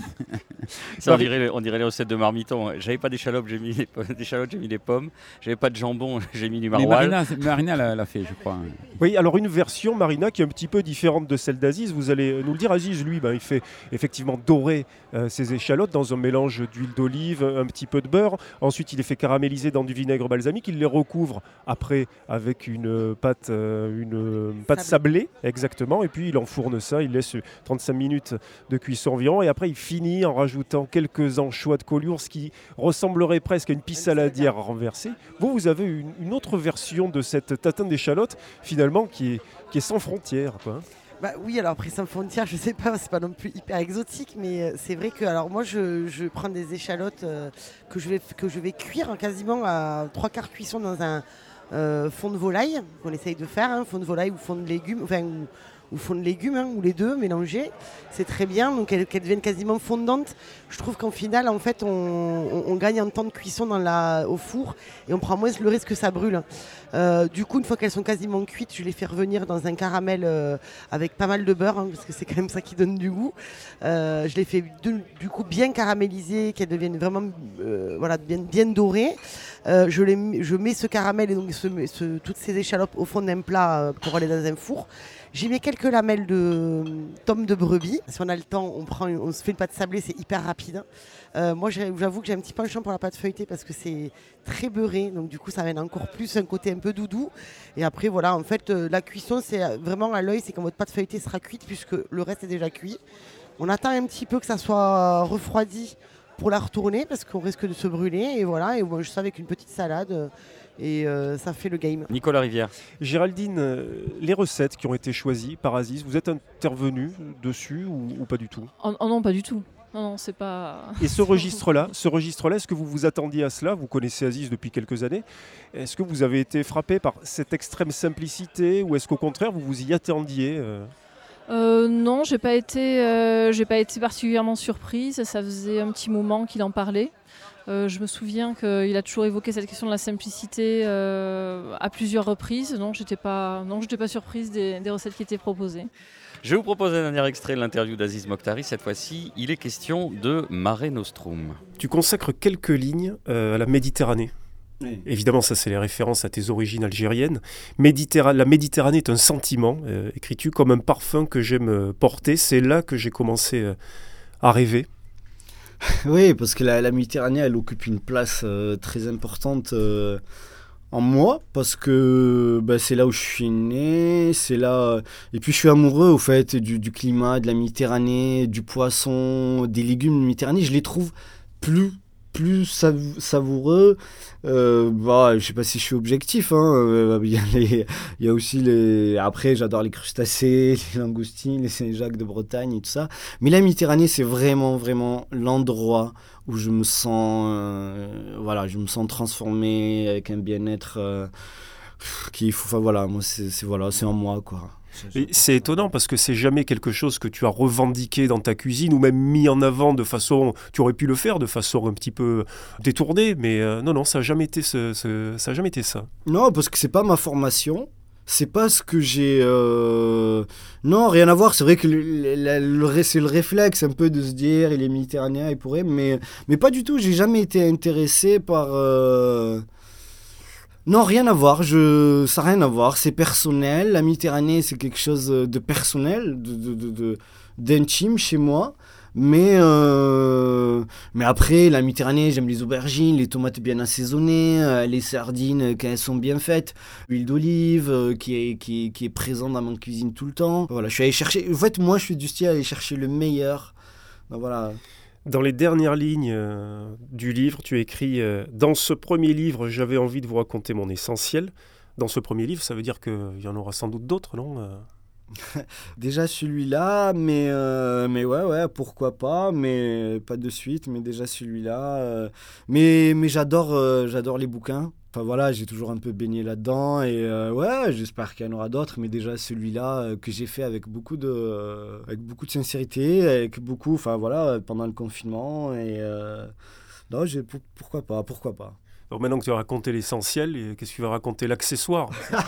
S2: Ça, on, dirait, on dirait les recettes de Marmiton. J'avais pas d'échalotes, j'ai mis les, d'échalotes, j'ai mis les pommes. J'avais pas de jambon, j'ai mis du maroilles.
S7: Mais Marina, Marina l'a, l'a fait, je crois.
S5: Oui, alors une version Marina qui est un petit peu différente de celle d'Aziz. Vous allez nous le dire. Aziz, lui, ben, il fait effectivement dorer euh, ses échalotes dans un mélange d'huile d'olive, un petit peu de beurre. Ensuite, il les fait caraméliser dans du vinaigre balsamique. Il les recouvre après avec une pâte, euh, une pâte sablée, exactement. Et puis il enfourne ça. Il laisse trente-cinq minutes de cuisson environ. Et après, il finit en rajoutant quelques anchois de Collioure, ce qui ressemblerait presque à une pisse saladière renversée. Vous, vous avez une, une autre version de cette tatin d'échalote, finalement, qui est, qui est sans frontières, quoi.
S8: Bah oui, alors après sans frontières, je sais pas, c'est pas non plus hyper exotique, mais euh, c'est vrai que alors moi je, je prends des échalotes euh, que je vais que je vais cuire hein, quasiment à trois quarts cuisson dans un euh, fond de volaille qu'on essaye de faire, hein, fond de volaille ou fond de légumes, enfin ou, ou fond de légumes, hein, ou les deux mélangés, c'est très bien, donc qu'elles, qu'elles deviennent quasiment fondantes. Je trouve qu'en final, en fait, on, on, on gagne en temps de cuisson dans la, au four et on prend moins le risque que ça brûle. Euh, du coup, une fois qu'elles sont quasiment cuites, je les fais revenir dans un caramel euh, avec pas mal de beurre, hein, parce que c'est quand même ça qui donne du goût. Euh, je les fais de, du coup bien caraméliser, qu'elles deviennent vraiment euh, voilà, bien, bien dorées. Euh, je, les, je mets ce caramel et donc ce, ce, toutes ces échalotes au fond d'un plat euh, pour aller dans un four. J'y mets quelques lamelles de tomes de brebis. Si on a le temps, on, prend une, on se fait une pâte sablée, c'est hyper rapide. Euh, moi, j'avoue que j'ai un petit penchant pour la pâte feuilletée parce que c'est très beurré. Donc, du coup, ça amène encore plus un côté un peu doudou. Et après, voilà, en fait, euh, la cuisson, c'est vraiment à l'œil. C'est quand votre pâte feuilletée sera cuite puisque le reste est déjà cuit. On attend un petit peu que ça soit refroidi pour la retourner parce qu'on risque de se brûler. Et voilà, et moi, je sais avec une petite salade. Et euh, ça fait le game.
S2: Nicolas Rivière.
S5: Géraldine, euh, les recettes qui ont été choisies par Aziz, vous êtes intervenu dessus ou, ou pas du tout?
S3: Oh, oh non, pas du tout. Non, non, c'est pas...
S5: Et ce registre-là, ce registre-là, est-ce que vous vous attendiez à cela? Vous connaissez Aziz depuis quelques années. Est-ce que vous avez été frappé par cette extrême simplicité ou est-ce qu'au contraire, vous vous y attendiez euh
S3: Euh, non, j'ai pas été, euh, j'ai pas été particulièrement surprise. Ça faisait un petit moment qu'il en parlait. Euh, je me souviens qu'il a toujours évoqué cette question de la simplicité euh, à plusieurs reprises. Non, j'étais pas, non, j'étais pas surprise des, des recettes qui étaient proposées.
S2: Je vais vous proposer un dernier extrait de l'interview d'Aziz Mokhtari. Cette fois-ci, il est question de Mare Nostrum.
S5: Tu consacres quelques lignes euh, à la Méditerranée. Oui. Évidemment, ça c'est les références à tes origines algériennes. Méditerra- la Méditerranée est un sentiment, euh, écris-tu, comme un parfum que j'aime porter. C'est là que j'ai commencé euh, à rêver.
S6: Oui, parce que la, la Méditerranée, elle occupe une place euh, très importante euh, en moi, parce que bah, c'est là où je suis né, c'est là... Et puis je suis amoureux, au fait, du, du climat, de la Méditerranée, du poisson, des légumes de Méditerranée. Je les trouve plus... plus sav- savoureux. Euh, bah, je sais pas si je suis objectif, hein. Euh, il y a les, il y a aussi les, après j'adore les crustacés, les langoustines, les Saint-Jacques de Bretagne et tout ça. Mais la Méditerranée, c'est vraiment, vraiment l'endroit où je me sens, euh, voilà, je me sens transformé avec un bien-être euh, qui, enfin voilà, moi c'est, c'est voilà, c'est en moi quoi.
S5: Et c'est étonnant parce que c'est jamais quelque chose que tu as revendiqué dans ta cuisine ou même mis en avant de façon, tu aurais pu le faire de façon un petit peu détournée, mais euh, non non, ça a jamais été ce, ce, ça a jamais été ça.
S6: Non, parce que c'est pas ma formation. C'est pas ce que j'ai... Euh... Non, rien à voir. C'est vrai que le, le, le, c'est le réflexe un peu de se dire il est méditerranéen, il pourrait, mais, mais pas du tout. J'ai jamais été intéressé par... Euh... Non, rien à voir. Je... Ça n'a rien à voir. C'est personnel. La Méditerranée, c'est quelque chose de personnel, de, de, de, de, d'intime chez moi. Mais, euh... mais après, la Méditerranée, j'aime les aubergines, les tomates bien assaisonnées, euh, les sardines quand elles sont bien faites, l'huile d'olive euh, qui, est, qui, est, qui est présente dans ma cuisine tout le temps. Voilà, je suis allé chercher. En fait, moi, je suis du style à aller chercher le meilleur. Donc, voilà.
S5: Dans les dernières lignes euh, du livre, tu écris euh, « Dans ce premier livre, j'avais envie de vous raconter mon essentiel ». Dans ce premier livre, ça veut dire qu'il y en aura sans doute d'autres, non ?
S6: Déjà celui-là, mais, euh, mais ouais, ouais, pourquoi pas, mais pas de suite, mais déjà celui-là. Euh, mais mais j'adore, euh, j'adore les bouquins. Enfin voilà, j'ai toujours un peu baigné là-dedans et euh, ouais, j'espère qu'il y en aura d'autres, mais déjà celui-là euh, que j'ai fait avec beaucoup de, euh, avec beaucoup de sincérité, avec beaucoup, enfin voilà, pendant le confinement et euh, non, j'ai, pour, pourquoi pas, pourquoi pas.
S5: Alors maintenant que tu as raconté l'essentiel, qu'est-ce que tu vas raconter l'accessoire?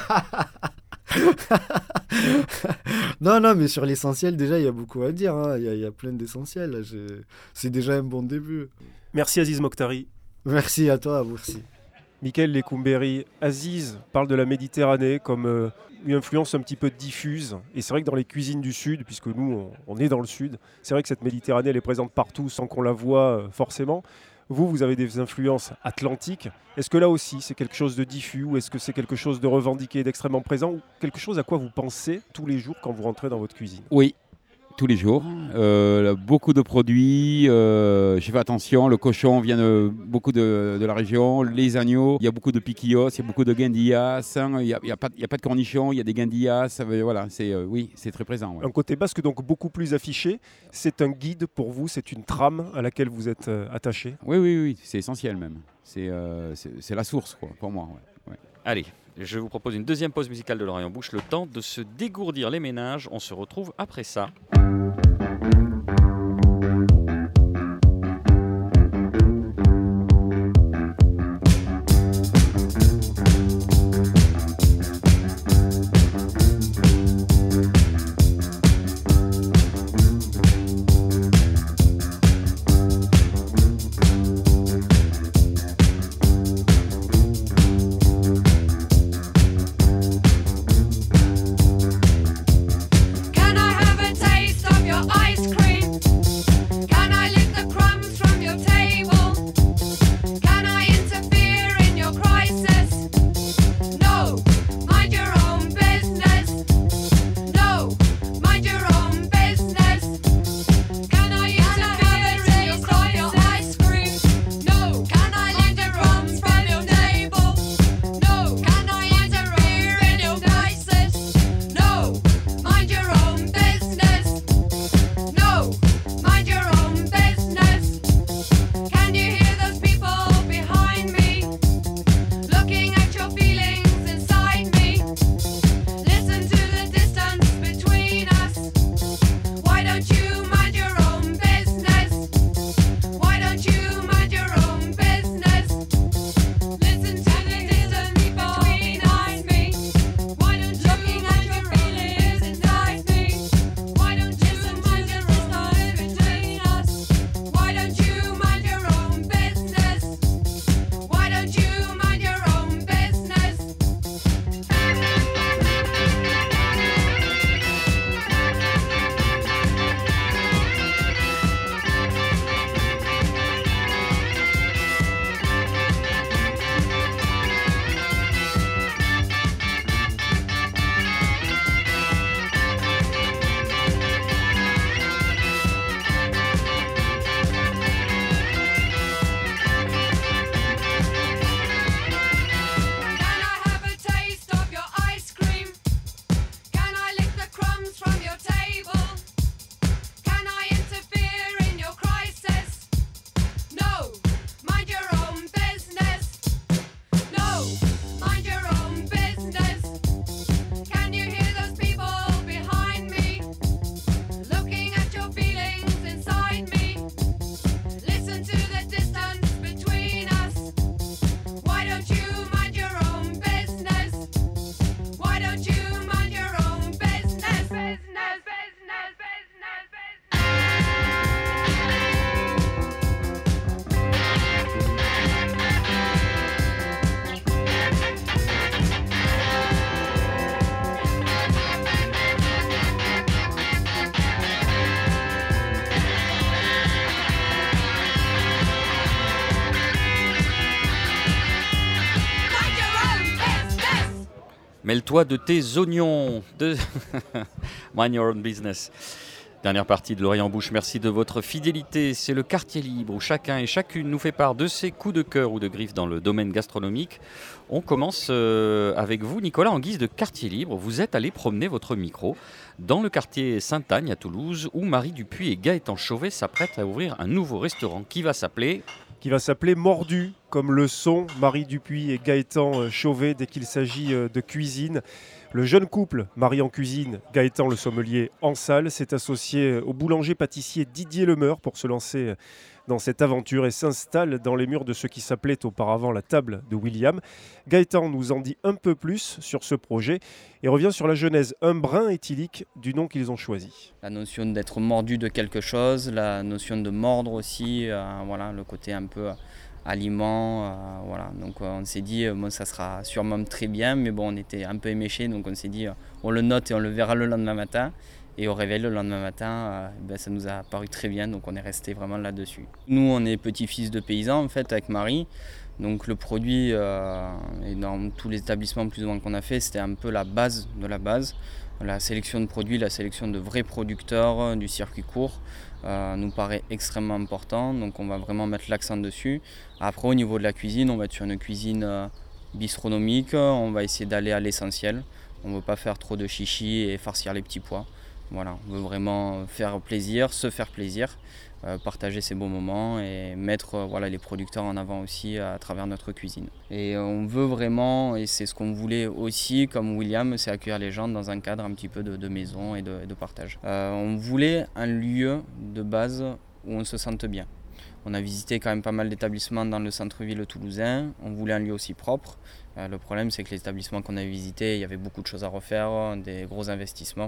S6: Non, non, mais sur l'essentiel, déjà, il y a beaucoup à dire. Hein. Il y a, il y a plein d'essentiels. J'ai... C'est déjà un bon début.
S5: Merci Aziz Mokhtari.
S6: Merci à toi, vous aussi.
S5: Mickaël Lécoumbéry, Aziz parle de la Méditerranée comme euh, une influence un petit peu diffuse. Et c'est vrai que dans les cuisines du Sud, puisque nous, on, on est dans le Sud, c'est vrai que cette Méditerranée, elle est présente partout sans qu'on la voie euh, forcément. Vous, vous avez des influences atlantiques. Est-ce que là aussi, c'est quelque chose de diffus ou est-ce que c'est quelque chose de revendiqué, d'extrêmement présent ou quelque chose à quoi vous pensez tous les jours quand vous rentrez dans votre cuisine?
S7: Oui, tous les jours. Euh, beaucoup de produits. Euh, j'ai fait attention, le cochon vient de, beaucoup de, de la région. Les agneaux, il y a beaucoup de piquillos, il y a beaucoup de guindillas. Hein, il n'y a, a, a pas de cornichons, il y a des guindillas. Voilà, c'est, euh, oui, c'est très présent. Ouais.
S5: Un côté basque donc beaucoup plus affiché. C'est un guide pour vous, c'est une trame à laquelle vous êtes euh, attaché.
S7: Oui, oui, oui, c'est essentiel même. C'est, euh, c'est, c'est la source quoi, pour moi. Ouais. Ouais.
S2: Allez, je vous propose une deuxième pause musicale de l'Orient Bouche, le temps de se dégourdir les ménages. On se retrouve après ça.
S9: Can I have a taste of
S2: Mêle-toi de tes oignons. De... Mind your own business. Dernière partie de L'Oreille en bouche. Merci de votre fidélité. C'est le quartier libre où chacun et chacune nous fait part de ses coups de cœur ou de griffes dans le domaine gastronomique. On commence euh, avec vous, Nicolas, en guise de quartier libre. Vous êtes allé promener votre micro dans le quartier Sainte-Agne à Toulouse, où Marie Dupuis et Gaëtan Chauvet s'apprêtent à ouvrir un nouveau restaurant qui va s'appeler...
S5: qui va s'appeler Mordu, comme le sont Marie Dupuis et Gaëtan Chauvet dès qu'il s'agit de cuisine. Le jeune couple, Marie en cuisine, Gaëtan le sommelier en salle, s'est associé au boulanger-pâtissier Didier Lemeur pour se lancer dans cette aventure et s'installe dans les murs de ce qui s'appelait auparavant la table de William. Gaëtan nous en dit un peu plus sur ce projet et revient sur la genèse un brin éthylique du nom qu'ils ont choisi.
S4: La notion d'être mordu de quelque chose, la notion de mordre aussi, euh, voilà, le côté un peu aliment, euh, voilà. Donc euh, on s'est dit, euh, bon, ça sera sûrement très bien, mais bon, on était un peu éméchés, donc on s'est dit, euh, on le note et on le verra le lendemain matin. Et au réveil, le lendemain matin, euh, ben, ça nous a paru très bien, donc on est resté vraiment là-dessus. Nous, on est petits-fils de paysans, en fait, avec Marie. Donc le produit, euh, et dans tous les établissements plus ou moins qu'on a fait, c'était un peu la base de la base. La sélection de produits, la sélection de vrais producteurs du circuit court euh, nous paraît extrêmement important, donc on va vraiment mettre l'accent dessus. Après, au niveau de la cuisine, on va être sur une cuisine euh, bistronomique, on va essayer d'aller à l'essentiel. On ne veut pas faire trop de chichi et farcir les petits pois. Voilà, on veut vraiment faire plaisir, se faire plaisir, euh, partager ces beaux moments et mettre euh, voilà, les producteurs en avant aussi à travers notre cuisine. Et on veut vraiment, et c'est ce qu'on voulait aussi comme William, c'est accueillir les gens dans un cadre un petit peu de, de maison et de, et de partage. Euh, on voulait un lieu de base où on se sente bien. On a visité quand même pas mal d'établissements dans le centre-ville toulousain, on voulait un lieu aussi propre. Euh, le problème c'est que les établissements qu'on a visités, il y avait beaucoup de choses à refaire, des gros investissements.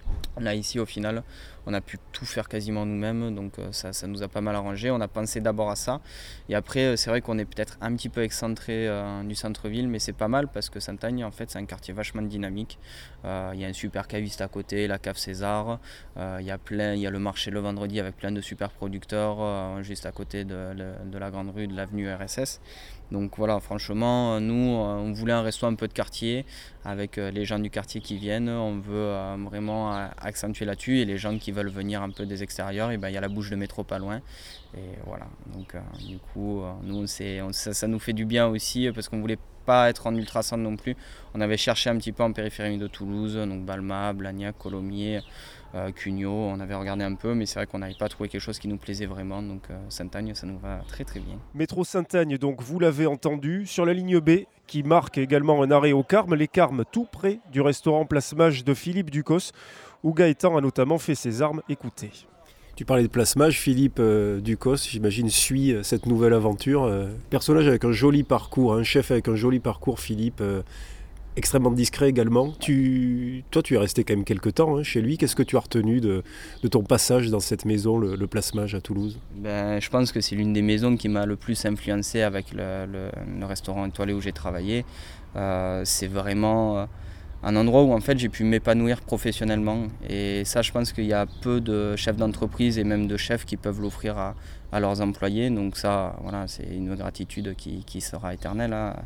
S4: Là ici au final on a pu tout faire quasiment nous-mêmes, donc ça, ça nous a pas mal arrangé. On a pensé d'abord à ça et après c'est vrai qu'on est peut-être un petit peu excentré euh, du centre-ville, mais c'est pas mal parce que Sainte-Agne en fait c'est un quartier vachement dynamique. Euh, il y a un super caviste à côté, la cave César, euh, il y a plein, il y a le marché le vendredi avec plein de super producteurs euh, juste à côté de, de, de la grande rue de l'avenue R S S. Donc voilà, franchement, nous, on voulait un resto un peu de quartier, avec les gens du quartier qui viennent. On veut vraiment accentuer là-dessus, et les gens qui veulent venir un peu des extérieurs, et ben, il y a la bouche de métro pas loin. Et voilà, donc du coup, nous, on s'est, on, ça, ça nous fait du bien aussi, parce qu'on voulait pas être en ultracentre non plus. On avait cherché un petit peu en périphérie de Toulouse, donc Balma, Blagnac, Colomiers, euh, Cugnot, on avait regardé un peu, mais c'est vrai qu'on n'avait pas trouvé quelque chose qui nous plaisait vraiment, donc euh, Sainte-Agne, ça nous va très très bien.
S5: Métro Sainte-Agne, donc vous l'avez entendu, sur la ligne B, qui marque également un arrêt au Carme, les Carmes tout près du restaurant Place Mage de Philippe Ducos, où Gaëtan a notamment fait ses armes. Écoutez.
S9: Tu parlais de Place Mage, Philippe euh, Ducos, j'imagine, suit euh, cette nouvelle aventure. Euh, personnage avec un joli parcours, un chef avec un joli parcours, Philippe, euh, extrêmement discret également. Tu, toi, tu es resté quand même quelques temps hein, chez lui. Qu'est-ce que tu as retenu de, de ton passage dans cette maison, le, le Place Mage à Toulouse ?
S4: Ben, je pense que c'est l'une des maisons qui m'a le plus influencé avec le, le, le restaurant étoilé où j'ai travaillé. Euh, c'est vraiment... Euh, un endroit où en fait j'ai pu m'épanouir professionnellement, et ça je pense qu'il y a peu de chefs d'entreprise et même de chefs qui peuvent l'offrir à, à leurs employés, donc ça voilà, c'est une gratitude qui, qui sera éternelle hein,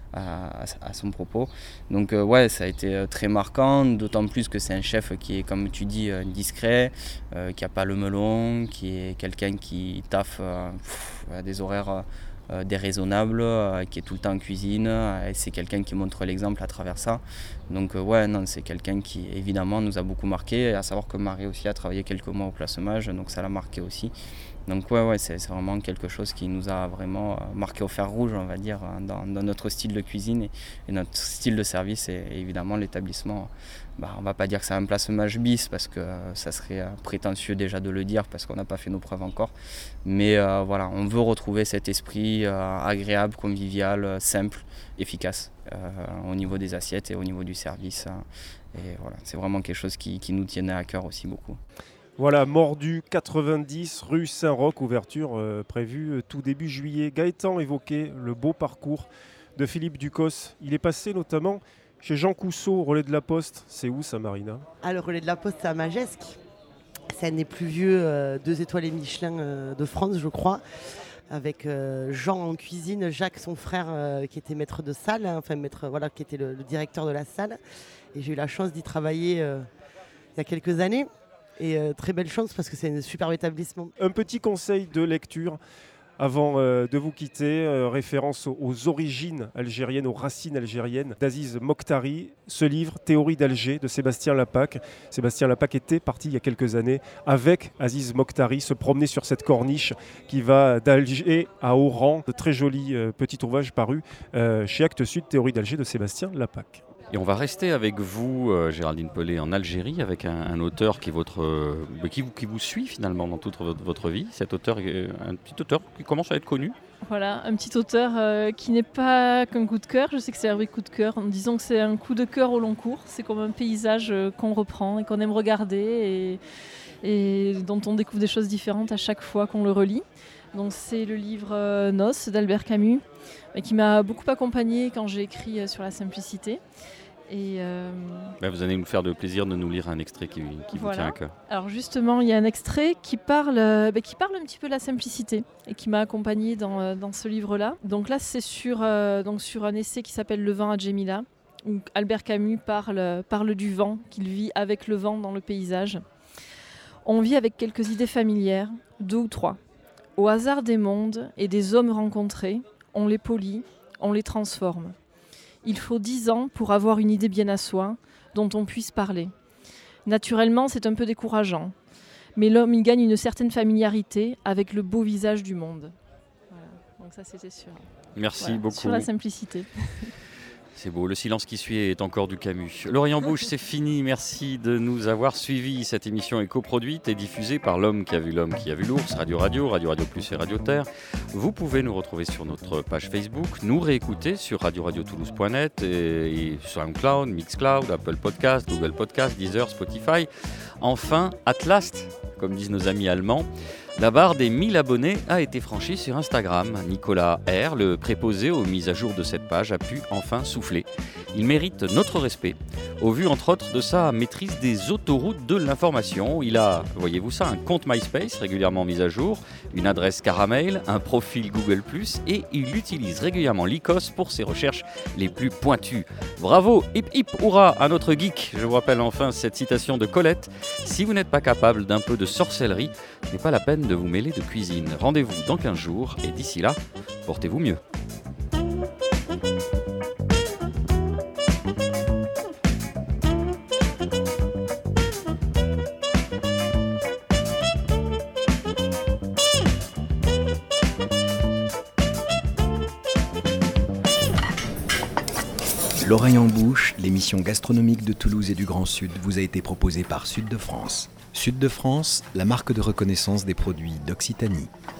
S4: à, à, à son propos. Donc euh, ouais, ça a été très marquant, d'autant plus que c'est un chef qui est, comme tu dis, discret, euh, qui n'a pas le melon, qui est quelqu'un qui taffe euh, pff, à des horaires euh, Euh, déraisonnable, euh, qui est tout le temps en cuisine, euh, et c'est quelqu'un qui montre l'exemple à travers ça. Donc euh, ouais, non, c'est quelqu'un qui évidemment nous a beaucoup marqué, et à savoir que Marie aussi a travaillé quelques mois au Place Mage, donc ça l'a marqué aussi. Donc ouais, ouais c'est, c'est vraiment quelque chose qui nous a vraiment marqué au fer rouge, on va dire, dans, dans notre style de cuisine et, et notre style de service, et, et évidemment l'établissement. Bah, on ne va pas dire que c'est un Place Mage bis parce que euh, ça serait euh, prétentieux déjà de le dire parce qu'on n'a pas fait nos preuves encore. Mais euh, voilà, on veut retrouver cet esprit euh, agréable, convivial, euh, simple, efficace euh, au niveau des assiettes et au niveau du service. Hein. Et voilà, c'est vraiment quelque chose qui, qui nous tienne à cœur aussi beaucoup.
S5: Voilà, Mordu quatre-vingt-dix, rue Saint-Roch, ouverture euh, prévue tout début juillet. Gaëtan évoquait le beau parcours de Philippe Ducos. Il est passé notamment chez Jean Cousseau, Relais de la Poste. C'est où ça, Marina ?
S8: Ah, le Relais de la Poste, c'est à Magesque. C'est un des plus vieux euh, deux étoiles et Michelin euh, de France, je crois. avec euh, Jean en cuisine, Jacques son frère euh, qui était maître de salle, hein, enfin maître, voilà, qui était le, le directeur de la salle. Et j'ai eu la chance d'y travailler euh, il y a quelques années. Et euh, très belle chance parce que c'est un superbe établissement.
S5: Un petit conseil de lecture avant euh, de vous quitter, euh, référence aux, aux origines algériennes, aux racines algériennes d'Aziz Mokhtari. Ce livre, Théorie d'Alger, de Sébastien Lapaque. Sébastien Lapaque était parti il y a quelques années avec Aziz Mokhtari, se promener sur cette corniche qui va d'Alger à Oran. De très joli euh, petit ouvrage paru euh, chez Actes Sud, Théorie d'Alger de Sébastien Lapaque.
S2: Et on va rester avec vous, euh, Géraldine Pellet, en Algérie, avec un, un auteur qui, est votre, euh, qui, vous, qui vous suit finalement dans toute votre, votre vie. Cet auteur est un petit auteur qui commence à être connu.
S3: Voilà, un petit auteur euh, qui n'est pas qu'un coup de cœur. Je sais que c'est un vrai coup de cœur. Disons que c'est un coup de cœur au long cours. C'est comme un paysage euh, qu'on reprend et qu'on aime regarder et, et dont on découvre des choses différentes à chaque fois qu'on le relit. Donc c'est le livre euh, Noces d'Albert Camus, qui m'a beaucoup accompagnée quand j'ai écrit euh, sur la simplicité. Et euh...
S2: ben vous allez nous faire le plaisir de nous lire un extrait qui, qui
S3: voilà.
S2: vous tient à cœur.
S3: Alors justement, il y a un extrait qui parle, euh, bah, qui parle un petit peu de la simplicité et qui m'a accompagnée dans, euh, dans ce livre-là. Donc là, c'est sur, euh, donc sur un essai qui s'appelle Le vent à Djemila, où Albert Camus parle, parle du vent, qu'il vit avec le vent dans le paysage. On vit avec quelques idées familières, deux ou trois. Au hasard des mondes et des hommes rencontrés, on les polit, on les transforme. Il faut dix ans pour avoir une idée bien à soi, dont on puisse parler. Naturellement, c'est un peu décourageant. Mais l'homme y gagne une certaine familiarité avec le beau visage du monde. Voilà. Donc ça, c'était sur,
S2: Merci
S3: voilà,
S2: beaucoup.
S3: sur la simplicité.
S2: C'est beau, le silence qui suit est encore du Camus. L'Orient Bouche, c'est fini. Merci de nous avoir suivis. Cette émission est coproduite et diffusée par l'homme qui a vu l'homme qui a vu l'ours, Radio Radio, Radio Radio Plus et Radio Terre. Vous pouvez nous retrouver sur notre page Facebook, nous réécouter sur radio radio toulouse point net et, et sur SoundCloud, Mixcloud, Apple Podcast, Google Podcast, Deezer, Spotify. Enfin, at last, comme disent nos amis allemands, la barre des mille abonnés a été franchie sur Instagram. Nicolas R, le préposé aux mises à jour de cette page, a pu enfin souffler. Il mérite notre respect, au vu entre autres de sa maîtrise des autoroutes de l'information. Il a, voyez-vous ça, un compte MySpace régulièrement mis à jour, une adresse Caramel, un profil Google plus, et il utilise régulièrement l'I C O S pour ses recherches les plus pointues. Bravo, hip hip hurrah à notre geek. Je vous rappelle enfin cette citation de Colette. Si vous n'êtes pas capable d'un peu de sorcellerie, ce n'est pas la peine de vous mêler de cuisine. Rendez-vous dans quinze jours et d'ici là, portez-vous mieux.
S1: L'Oreille en Bouche, l'émission gastronomique de Toulouse et du Grand Sud, vous a été proposée par Sud de France. Sud de France, la marque de reconnaissance des produits d'Occitanie.